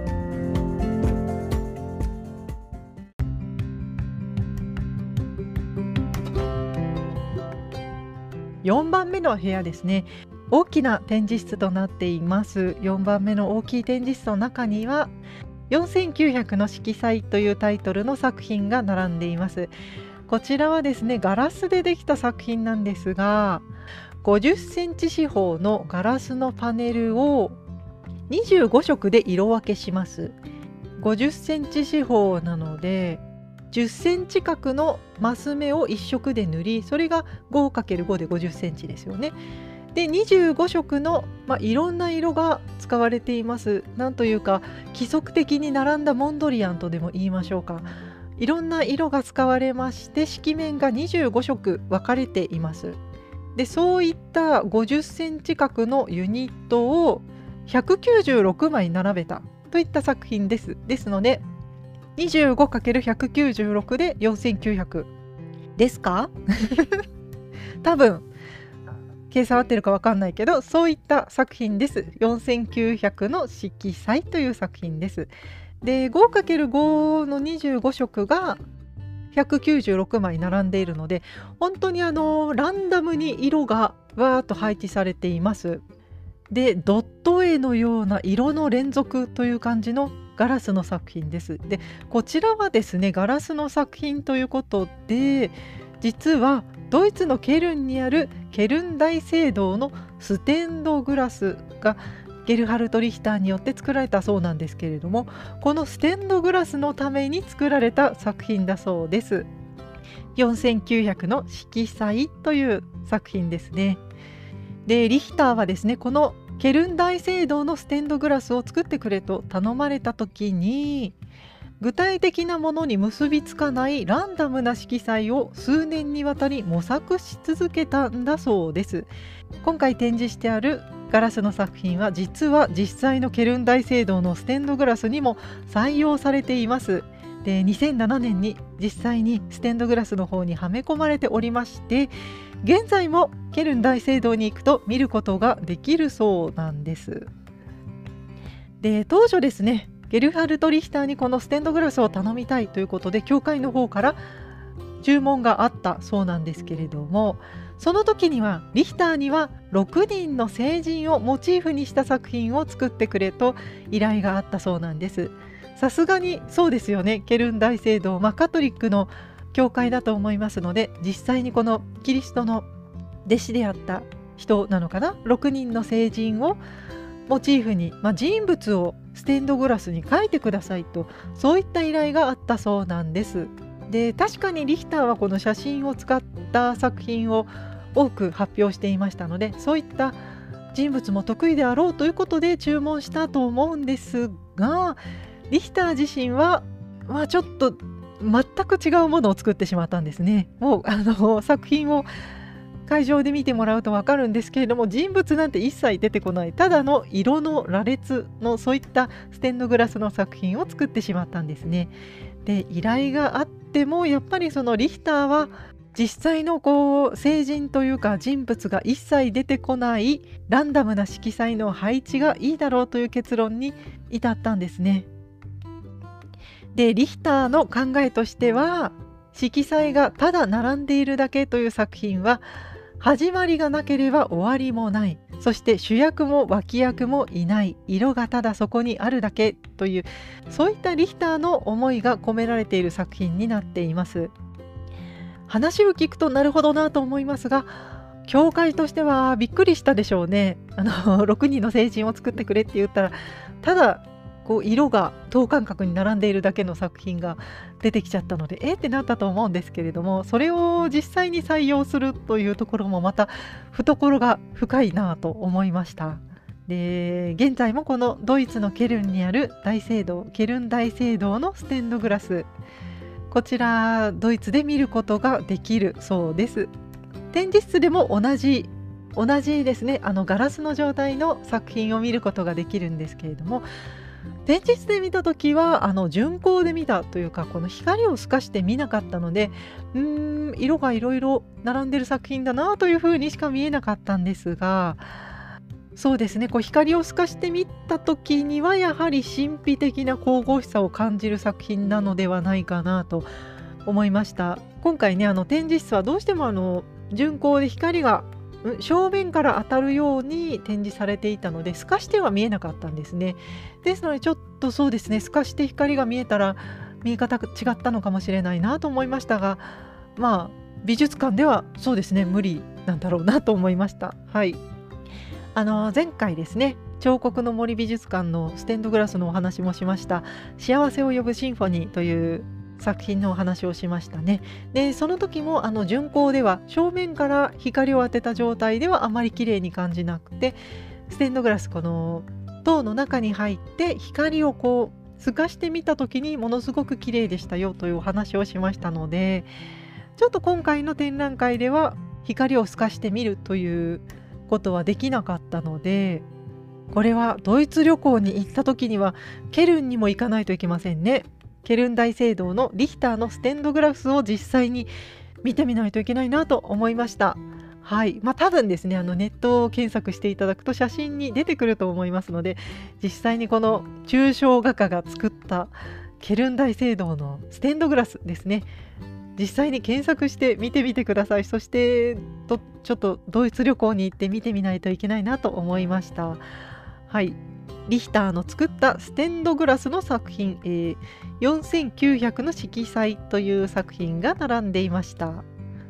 よんばんめの部屋ですね。大きな展示室となっています。よんばんめの大きい展示室の中にはよんせんきゅうひゃくの色彩というタイトルの作品が並んでいます。こちらはですね、ガラスでできた作品なんですが、ごじゅっセンチ四方のガラスのパネルをにじゅうごしょくで色分けします。ごじゅっセンチ四方なのでじゅっセンチ角のマス目をいっ色で塗り、それが ごかけるご でごじゅっセンチですよね。でにじゅうごしょくの、まあ、いろんな色が使われています。なんというか規則的に並んだモンドリアンとでも言いましょうか。いろんな色が使われまして、色面がにじゅうごしょく分かれています。でそういったごじゅっセンチ角のユニットをひゃくきゅうじゅうろくまい並べたといった作品です。ですので にじゅうごかけるひゃくきゅうじゅうろく でよんせんきゅうひゃくですか多分計算合ってるか分かんないけど、そういった作品です。よんせんきゅうひゃくの色彩という作品です。で ごかけるご のにじゅうごしょくがひゃくきゅうじゅうろくまい並んでいるので、本当にあのランダムに色がわーっと配置されています。でドット絵のような色の連続という感じのガラスの作品です。でこちらはですね、ガラスの作品ということで、実はドイツのケルンにあるケルン大聖堂のステンドグラスがゲルハルト・リヒターによって作られたそうなんですけれども、このステンドグラスのために作られた作品だそうです。よんせんきゅうひゃくの色彩という作品ですね。でリヒターはですね、このケルン大聖堂のステンドグラスを作ってくれと頼まれた時に、具体的なものに結びつかないランダムな色彩を数年にわたり模索し続けたんだそうです。今回展示してあるガラスの作品は実は実際のケルン大聖堂のステンドグラスにも採用されています。でにせんななねんに実際にステンドグラスの方にはめ込まれておりまして、現在もケルン大聖堂に行くと見ることができるそうなんです。で当初ですね、ゲルハルト・リヒターにこのステンドグラスを頼みたいということで教会の方から注文があったそうなんですけれども、その時にはリヒターにはろくにんの聖人をモチーフにした作品を作ってくれと依頼があったそうなんです。さすがにそうですよね、ケルン大聖堂、まあ、カトリックの教会だと思いますので、実際にこのキリストの弟子であった人なのかな、ろくにんの聖人をモチーフに、まあ、人物をステンドグラスに描いてくださいと、そういった依頼があったそうなんです。で確かにリヒターはこの写真を使った作品を多く発表していましたので、そういった人物も得意であろうということで注文したと思うんですが、リヒター自身は、まあ、ちょっと全く違うものを作ってしまったんですね。もうあの作品を会場で見てもらうと分かるんですけれども、人物なんて一切出てこない、ただの色の羅列のそういったステンドグラスの作品を作ってしまったんですね。で、依頼があってもやっぱりそのリヒターは実際のこう聖人というか人物が一切出てこないランダムな色彩の配置がいいだろうという結論に至ったんですね。で、リヒターの考えとしては、色彩がただ並んでいるだけという作品は始まりがなければ終わりもない、そして主役も脇役もいない、色がただそこにあるだけという、そういったリヒターの思いが込められている作品になっています。話を聞くとなるほどなと思いますが、教会としてはびっくりしたでしょうね。あのろくにんの聖人を作ってくれって言ったら、ただこう色が等間隔に並んでいるだけの作品が出てきちゃったので、えってなったと思うんですけれども、それを実際に採用するというところもまた懐が深いなと思いました。で、現在もこのドイツのケルンにある大聖堂、ケルン大聖堂のステンドグラス、こちらドイツで見ることができるそうです。展示室でも同じ同じですね、あのガラスの状態の作品を見ることができるんですけれども、展示室で見た時はあの順光で見たというか、この光を透かして見なかったので、うーん色がいろいろ並んでる作品だなというふうにしか見えなかったんですが、そうですね、こう光を透かしてみた時にはやはり神秘的な神々しさを感じる作品なのではないかなと思いました。今回ね、あの展示室はどうしてもあの順光で光が正面から当たるように展示されていたので、透かしては見えなかったんですね。ですのでちょっとそうですね、透かして光が見えたら見え方が違ったのかもしれないなと思いましたが、まあ美術館ではそうですね、無理なんだろうなと思いました。はい、あの前回ですね、彫刻の森美術館のステンドグラスのお話もしました。幸せを呼ぶシンフォニーという作品のお話をしましたね。で、その時もあの順光では正面から光を当てた状態ではあまり綺麗に感じなくて、ステンドグラスこの塔の中に入って光をこう透かしてみた時にものすごく綺麗でしたよというお話をしましたので、ちょっと今回の展覧会では光を透かしてみるということはできなかったので、これはドイツ旅行に行った時にはケルンにも行かないといけませんね。ケルン大聖堂のリヒターのステンドグラスを実際に見てみないといけないなと思いました。はい、まあ多分ですね、あのネットを検索していただくと写真に出てくると思いますので、実際にこの抽象画家が作ったケルン大聖堂のステンドグラスですね、実際に検索して見てみてください。そしてとちょっとドイツ旅行に行って見てみないといけないなと思いました。はい、リヒターの作ったステンドグラスの作品、えー、よんせんきゅうひゃくの色彩という作品が並んでいました。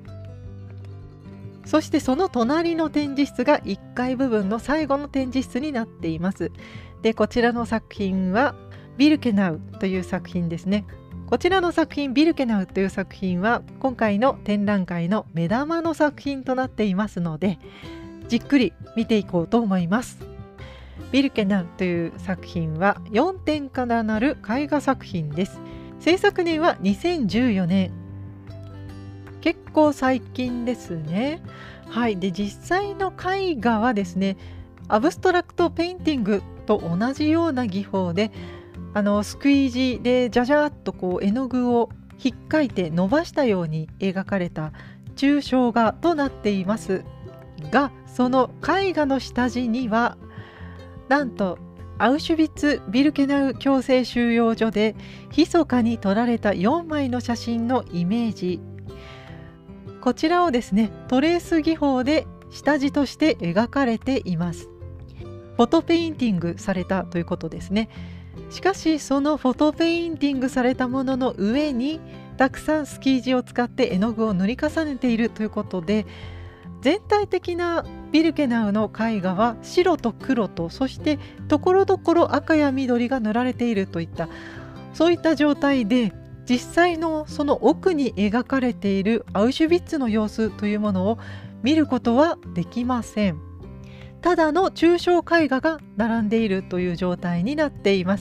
そしてその隣の展示室がいっかい部分の最後の展示室になっています。で、こちらの作品はビルケナウという作品ですね。こちらの作品ビルケナウという作品は今回の展覧会の目玉の作品となっていますので、じっくり見ていこうと思います。ビルケナウという作品はよんてんからなる絵画作品です。制作年はにせんじゅうよねん、結構最近ですね。はい、で実際の絵画はですね、アブストラクトペインティングと同じような技法で、あのスクイージでジャジャーっとこう絵の具を引っかいて伸ばしたように描かれた抽象画となっていますが、その絵画の下地にはなんとアウシュビッツ・ビルケナウ強制収容所で密かに撮られたよんまいの写真のイメージ、こちらをですねトレース技法で下地として描かれています。フォトペインティングされたということですね。しかしそのフォトペインティングされたものの上にたくさんスキージを使って絵の具を塗り重ねているということで、全体的なビルケナウの絵画は白と黒と、そしてところどころ赤や緑が塗られているといった、そういった状態で、 実際のその奥に描かれているアウシュビッツの様子というものを見ることはできません。ただの抽象絵画が並んでいるという状態になっています。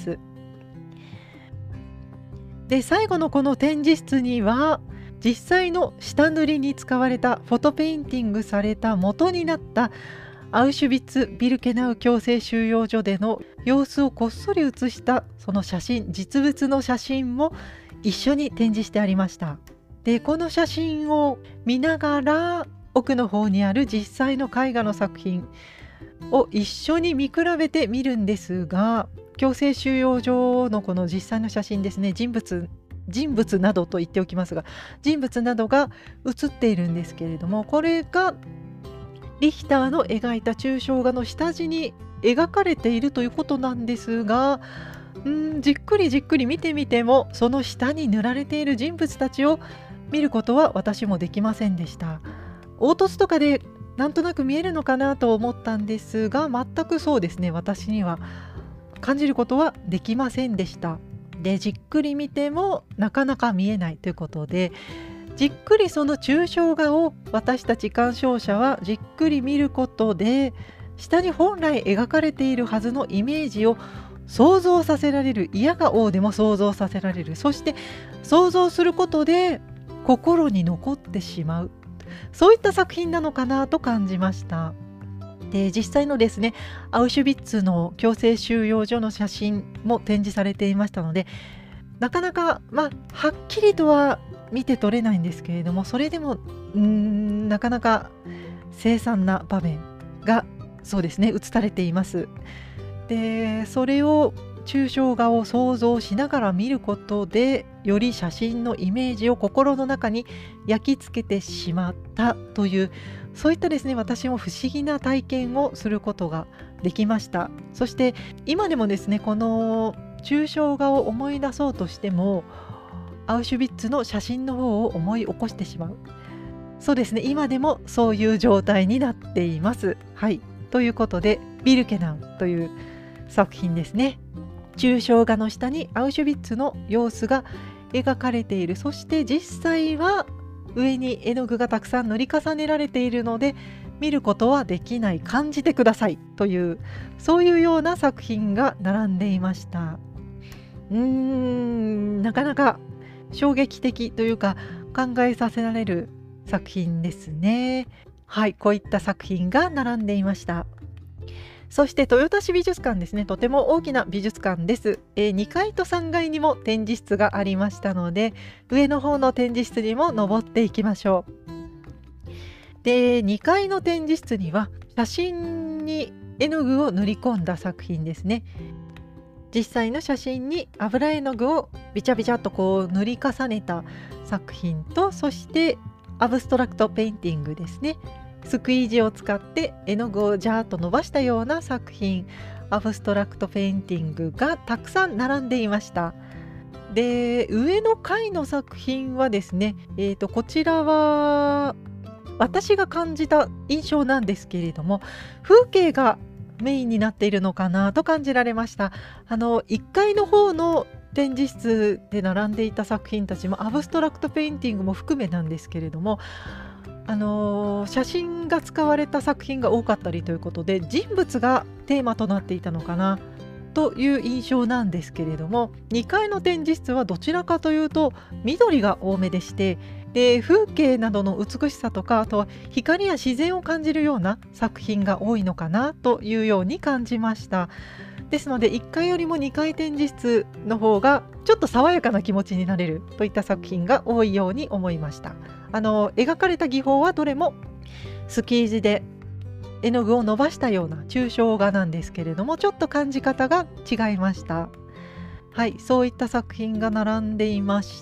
で、最後のこの展示室には実際の下塗りに使われたフォトペインティングされた元になったアウシュビッツ・ビルケナウ強制収容所での様子をこっそり写したその写真、実物の写真も一緒に展示してありました。で、この写真を見ながら奥の方にある実際の絵画の作品を一緒に見比べてみるんですが、強制収容所のこの実際の写真ですね、人物人物などと言っておきますが、人物などが写っているんですけれども、これがリヒターの描いた抽象画の下地に描かれているということなんですが、うんじっくりじっくり見てみてもその下に塗られている人物たちを見ることは私もできませんでした。凹凸とかでなんとなく見えるのかなと思ったんですが、全くそうですね、私には感じることはできませんでした。で、じっくり見てもなかなか見えないということで、じっくりその抽象画を私たち鑑賞者はじっくり見ることで、下に本来描かれているはずのイメージを想像させられる、嫌が応でも想像させられる、そして想像することで心に残ってしまう、そういった作品なのかなと感じました。で、実際のですねアウシュビッツの強制収容所の写真も展示されていましたので、なかなかまあはっきりとは見て取れないんですけれども、それでもうーんなかなか凄惨な場面がそうですね写されています。で、それを抽象画を想像しながら見ることで、より写真のイメージを心の中に焼き付けてしまったという、そういったですね私も不思議な体験をすることができました。そして今でもですねこの抽象画を思い出そうとしてもアウシュビッツの写真の方を思い起こしてしまう、そうですね今でもそういう状態になっています。はい、ということでビルケナウという作品ですね。抽象画の下にアウシュビッツの様子が描かれている、そして実際は上に絵の具がたくさん塗り重ねられているので見ることはできない、感じてくださいという、そういうような作品が並んでいました。うーんなかなか衝撃的というか考えさせられる作品ですね。はい、こういった作品が並んでいました。そして豊田市美術館ですね、とても大きな美術館です。えー、にかいとさんがいにも展示室がありましたので、上の方の展示室にも登っていきましょう。で、にかいの展示室には写真に絵の具を塗り込んだ作品ですね。実際の写真に油絵の具をビチャビチャっとこう塗り重ねた作品と、そしてアブストラクトペインティングですね、スクイージを使って絵の具をジャーッと伸ばしたような作品、アブストラクトペインティングがたくさん並んでいました。で、上の階の作品はですね、えーと、こちらは私が感じた印象なんですけれども、風景がメインになっているのかなと感じられました。あのいっかいの方の展示室で並んでいた作品たちもアブストラクトペインティングも含めなんですけれども、あのー写真が使われた作品が多かったりということで、人物がテーマとなっていたのかなという印象なんですけれども、にかいの展示室はどちらかというと緑が多めでして、で風景などの美しさとか、あとは光や自然を感じるような作品が多いのかなというように感じました。ですのでいっかいよりもにかい展示室の方がちょっと爽やかな気持ちになれるといった作品が多いように思いました。あの描かれた技法はどれもスキージで絵の具を伸ばしたような抽象画なんですけれども、ちょっと感じ方が違いました。はい、そういった作品が並んでいまして、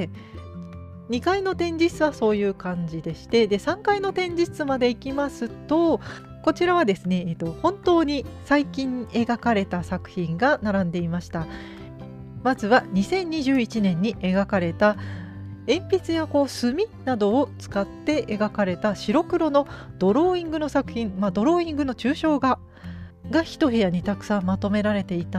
にかいの展示室はそういう感じでして、でさんかいの展示室まで行きますと、こちらはですね、えっと、本当に最近描かれた作品が並んでいました。まずはにせんにじゅういちねんに描かれた鉛筆やこう墨などを使って描かれた白黒のドローイングの作品、まあ、ドローイングの抽象画が一部屋にたくさんまとめられていたの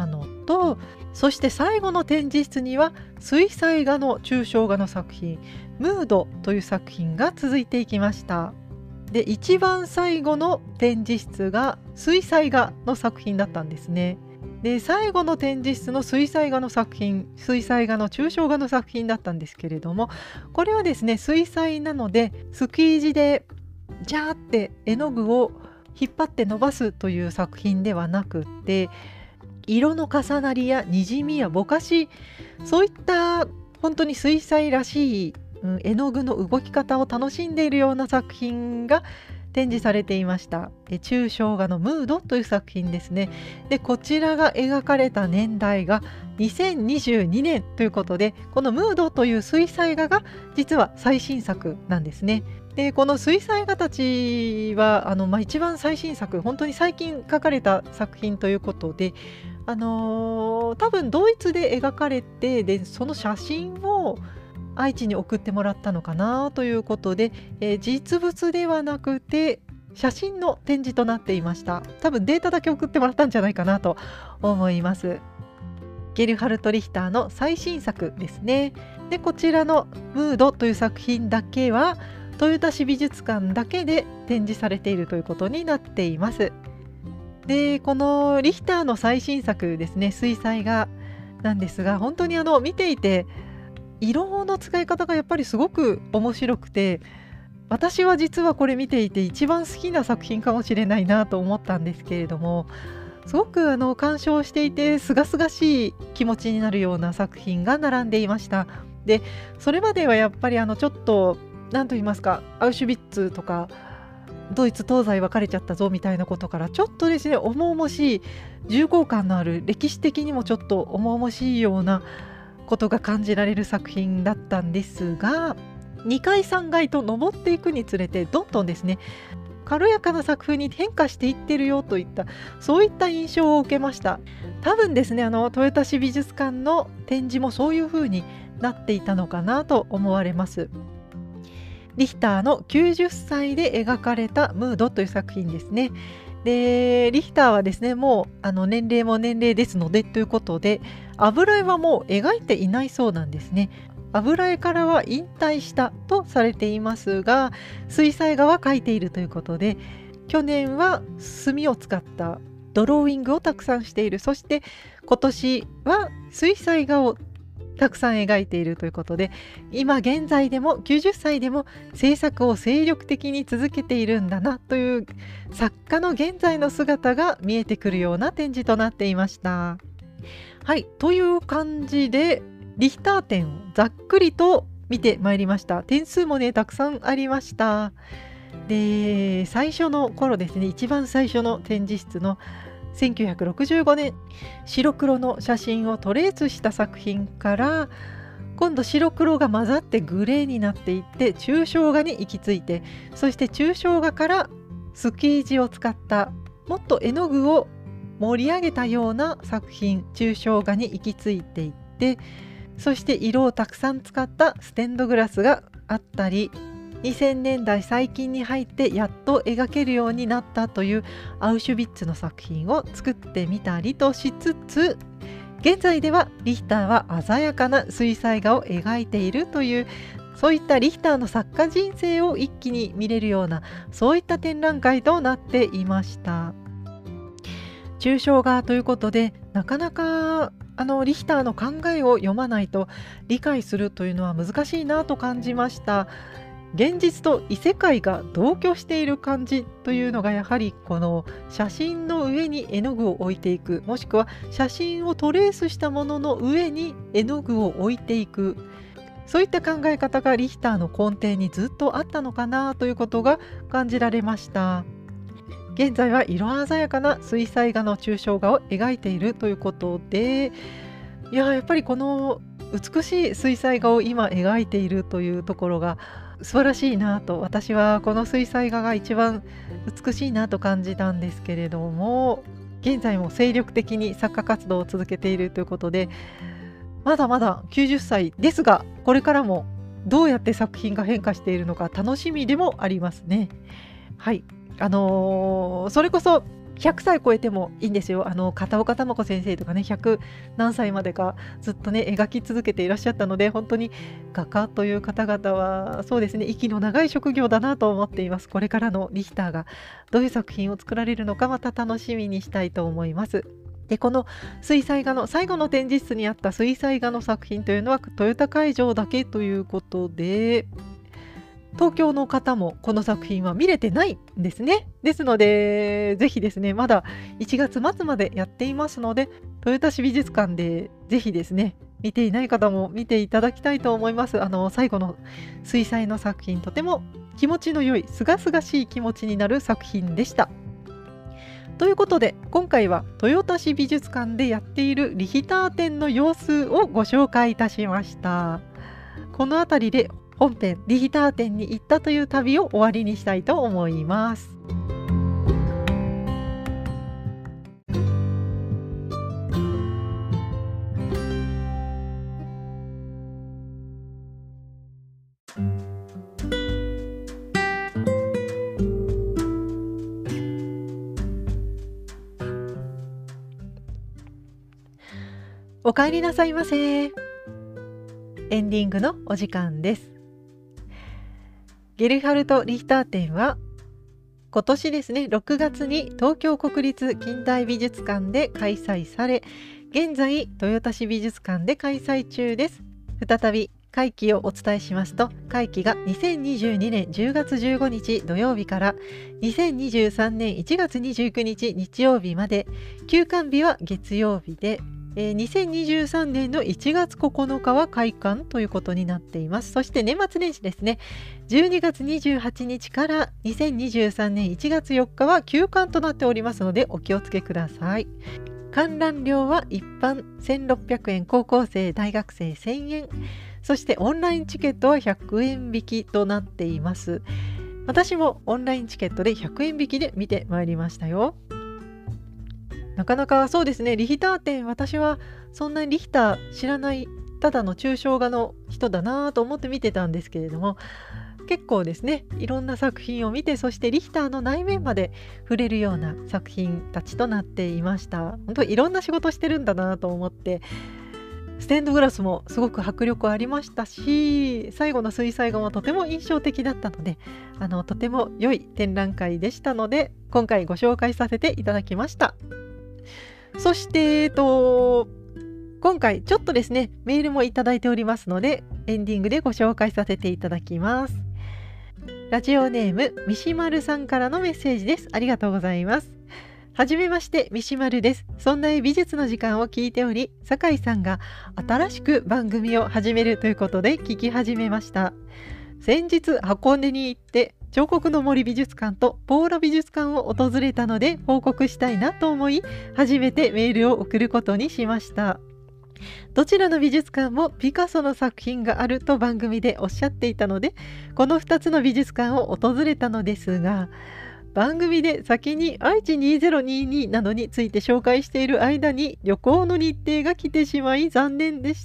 と、そして最後の展示室には水彩画の抽象画の作品ムードという作品が続いていきました。で一番最後の展示室が水彩画の作品だったんですね。で最後の展示室の水彩画の作品水彩画の抽象画の作品だったんですけれども、これはですね水彩なのでスキー地でジャーって絵の具を引っ張って伸ばすという作品ではなくって、色の重なりやにじみやぼかし、そういった本当に水彩らしい、うん、絵の具の動き方を楽しんでいるような作品が展示されていました。え抽象画のムードという作品ですね。でこちらが描かれた年代がにせんにじゅうにねんということで、このムードという水彩画が実は最新作なんですね。でこの水彩画たちはあの、まあ、一番最新作、本当に最近描かれた作品ということで、あのー多分ドイツで描かれて、でその写真を愛知に送ってもらったのかなということで、えー実物ではなくて写真の展示となっていました。多分データだけ送ってもらったんじゃないかなと思います。ゲルハルト・リヒターの最新作ですね。でこちらのムードという作品だけは豊田市美術館だけで展示されているということになっています。でこのリヒターの最新作ですね、水彩画なんですが、本当にあの見ていて色の使い方がやっぱりすごく面白くて、私は実はこれ見ていて一番好きな作品かもしれないなと思ったんですけれども、すごくあの鑑賞していて清々しい気持ちになるような作品が並んでいました。でそれまではやっぱりあのちょっと何と言いますか、アウシュビッツとかドイツ東西分かれちゃったぞみたいなことから、ちょっとですね重々しい重厚感のある、歴史的にもちょっと重々しいようなことが感じられる作品だったんですが、にかいさんがいと登っていくにつれてどんどんですね軽やかな作風に変化していってるよといった、そういった印象を受けました。多分ですねあの豊田市美術館の展示もそういう風になっていたのかなと思われます。リヒターのきゅうじゅっさいで描かれたムードという作品ですね。でリヒターはですねもうあの年齢も年齢ですのでということで、油絵はもう描いていないそうなんですね。油絵からは引退したとされていますが、水彩画は描いているということで、去年は墨を使ったドローイングをたくさんしている、そして今年は水彩画をたくさん描いているということで、今現在でもきゅうじゅっさいでも制作を精力的に続けているんだなという作家の現在の姿が見えてくるような展示となっていました。はい、という感じでリヒター展をざっくりと見てまいりました。点数もねたくさんありました。で最初の頃ですね、一番最初の展示室のせんきゅうひゃくろくじゅうごねん白黒の写真をトレースした作品から、今度白黒が混ざってグレーになっていって抽象画に行き着いて、そして抽象画からスキー地を使ったもっと絵の具を盛り上げたような作品抽象画に行き着いていって、そして色をたくさん使ったステンドグラスがあったり、にせんねんだい最近に入ってやっと描けるようになったというアウシュビッツの作品を作ってみたりとしつつ、現在ではリヒターは鮮やかな水彩画を描いているという、そういったリヒターの作家人生を一気に見れるような、そういった展覧会となっていました。抽象画ということで、なかなかあのリヒターの考えを読まないと理解するというのは難しいなと感じました。現実と異世界が同居している感じというのが、やはりこの写真の上に絵の具を置いていく、もしくは写真をトレースしたものの上に絵の具を置いていく、そういった考え方がリヒターの根底にずっとあったのかなということが感じられました。現在は色鮮やかな水彩画の抽象画を描いているということで、いややっぱりこの美しい水彩画を今描いているというところが素晴らしいなと、私はこの水彩画が一番美しいなと感じたんですけれども、現在も精力的に作家活動を続けているということで、まだまだきゅうじゅっさいですが、これからもどうやって作品が変化しているのか楽しみでもありますね。はい、あのーそれこそひゃくさい超えてもいいんですよ。あの片岡珠子先生とかね、ひゃく何歳までかずっとね描き続けていらっしゃったので、本当に画家という方々はそうですね、息の長い職業だなと思っています。これからのリヒターがどういう作品を作られるのか、また楽しみにしたいと思います。でこの水彩画の最後の展示室にあった水彩画の作品というのはトヨタ会場だけということで、東京の方もこの作品は見れてないんですね。ですのでぜひですね、まだいちがつ末までやっていますので、豊田市美術館でぜひですね、見ていない方も見ていただきたいと思います。あの最後の水彩の作品、とても気持ちの良いすがすがしい気持ちになる作品でした。ということで今回は豊田市美術館でやっているリヒター展の様子をご紹介いたしました。この辺りで本編リヒター展に行ったという旅を終わりにしたいと思います。お帰りなさいませ。エンディングのお時間です。ゲルハルト・リヒター展は今年ですね、ろくがつに東京国立近代美術館で開催され、現在豊田市美術館で開催中です。再び会期をお伝えしますと、会期がにせんにじゅうにねんじゅうがつじゅうごにち土曜日からにせんにじゅうさんねんいちがつにじゅうくにち日曜日まで、休館日は月曜日で、えー、にせんにじゅうさんねんのいちがつここのかは開館ということになっています。そして年末年始ですね、じゅうにがつにじゅうはちにちからにせんにじゅうさんねんいちがつよっかは休館となっておりますので、お気をつけください。観覧料は一般せんろっぴゃくえん、高校生大学生せんえん、そしてオンラインチケットはひゃくえん引きとなっています。私もオンラインチケットでひゃくえん引きで見てまいりましたよ。なかなかそうですね、リヒター展、私はそんなにリヒター知らない、ただの抽象画の人だなと思って見てたんですけれども、結構ですね、いろんな作品を見て、そしてリヒターの内面まで触れるような作品たちとなっていました。本当にいろんな仕事してるんだなと思って、ステンドグラスもすごく迫力ありましたし、最後の水彩画もとても印象的だったので、あのとても良い展覧会でしたので、今回ご紹介させていただきました。そして、えっと、今回ちょっとですね、メールもいただいておりますので、エンディングでご紹介させていただきます。ラジオネームみしまるさんからのメッセージです。ありがとうございます。はじめまして、みしまるです。そんな美術の時間を聞いており、酒井さんが新しく番組を始めるということで聞き始めました。先日箱根に行って彫刻の森美術館とポーラ美術館を訪れたので報告したいなと思い、初めてメールを送ることにしました。どちらの美術館もピカソの作品があると番組でおっしゃっていたので、このふたつの美術館を訪れたのですが、番組で先に愛知にせんにじゅうになどについて紹介している間に旅行の日程が来てしまい残念でした。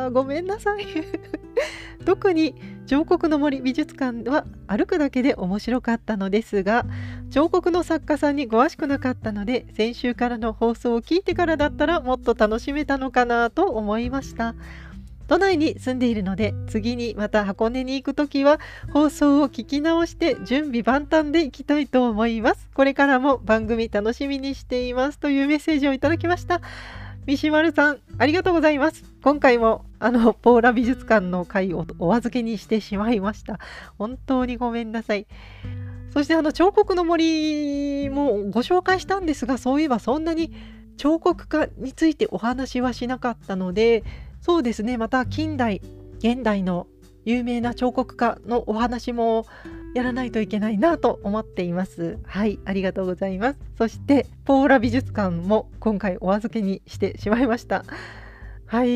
ごめんなさい特に彫刻の森美術館は歩くだけで面白かったのですが、彫刻の作家さんに詳しくなかったので、先週からの放送を聞いてからだったらもっと楽しめたのかなと思いました。都内に住んでいるので、次にまた箱根に行くときは放送を聞き直して準備万端で行きたいと思います。これからも番組楽しみにしていますというメッセージをいただきました。みしまるさん、ありがとうございます。今回もあのポーラ美術館の会をお預けにしてしまいました。本当にごめんなさい。そしてあの彫刻の森もご紹介したんですが、そういえばそんなに彫刻家についてお話はしなかったので、そうですね、また近代現代の有名な彫刻家のお話もやらないといけないなと思っています。はい、ありがとうございます。そしてポーラ美術館も今回お預けにしてしまいました。はい、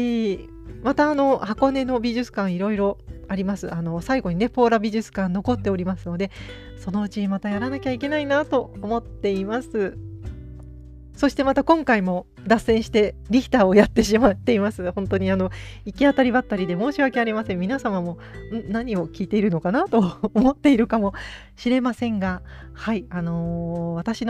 またあの箱根の美術館いろいろあります。あの最後にね、ポーラ美術館残っておりますので、そのうちまたやらなきゃいけないなと思っています。そしてまた今回も脱線してリヒターをやってしまっています。本当にあの行き当たりばったりで申し訳ありません。皆様もん何を聞いているのかなと思っているかもしれませんが、はい、あのー、私の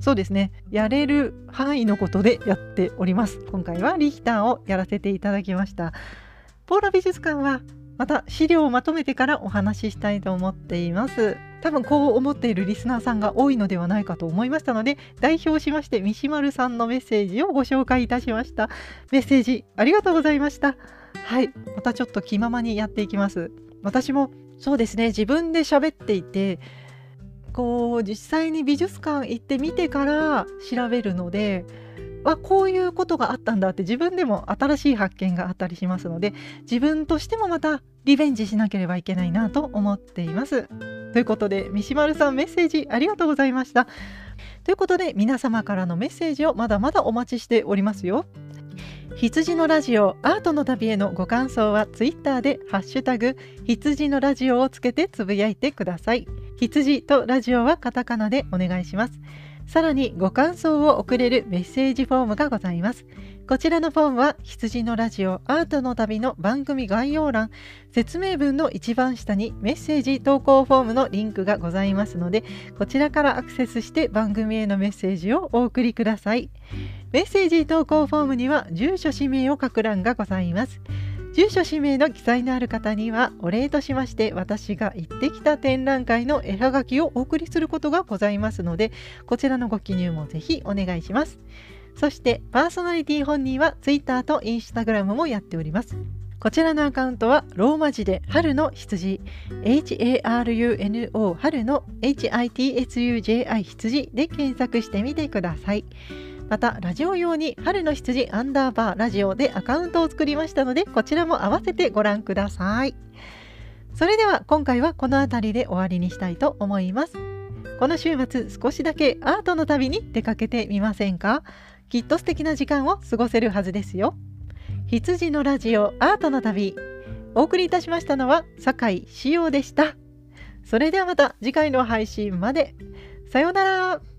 そうですね、やれる範囲のことでやっております。今回はリヒターをやらせていただきました。ポーラ美術館はまた資料をまとめてからお話ししたいと思っています。多分こう思っているリスナーさんが多いのではないかと思いましたので、代表しましてミシマルさんのメッセージをご紹介いたしました。メッセージありがとうございました。はい、またちょっと気ままにやっていきます。私もそうですね、自分で喋っていて、こう実際に美術館行ってみてから調べるので、あ、こういうことがあったんだって自分でも新しい発見があったりしますので、自分としてもまたリベンジしなければいけないなと思っています。ということで、ミシマルさんメッセージありがとうございました。ということで、皆様からのメッセージをまだまだお待ちしておりますよ。羊のラジオアートの旅へのご感想はツイッターでハッシュタグ羊のラジオをつけてつぶやいてください。羊とラジオはカタカナでお願いします。さらにご感想を送れるメッセージフォームがございます。こちらのフォームは羊のラジオアートの旅の番組概要欄、説明文の一番下にメッセージ投稿フォームのリンクがございますので、こちらからアクセスして番組へのメッセージをお送りください。メッセージ投稿フォームには住所氏名を書く欄がございます。住所氏名の記載のある方にはお礼としまして、私が行ってきた展覧会の絵はがきをお送りすることがございますので、こちらのご記入もぜひお願いします。そしてパーソナリティ本人は Twitter と Instagram もやっております。こちらのアカウントはローマ字で春の羊 エイチエーアールユーエヌオー 春の エイチアイティーエスユージェーアイ 羊で検索してみてください。またラジオ用に春の羊アンダーバーラジオでアカウントを作りましたので、こちらも合わせてご覧ください。それでは今回はこの辺りで終わりにしたいと思います。この週末少しだけアートの旅に出かけてみませんか？きっと素敵な時間を過ごせるはずですよ。羊のラジオアートの旅、お送りいたしましたのは酒井しおでした。それではまた次回の配信まで。さようなら。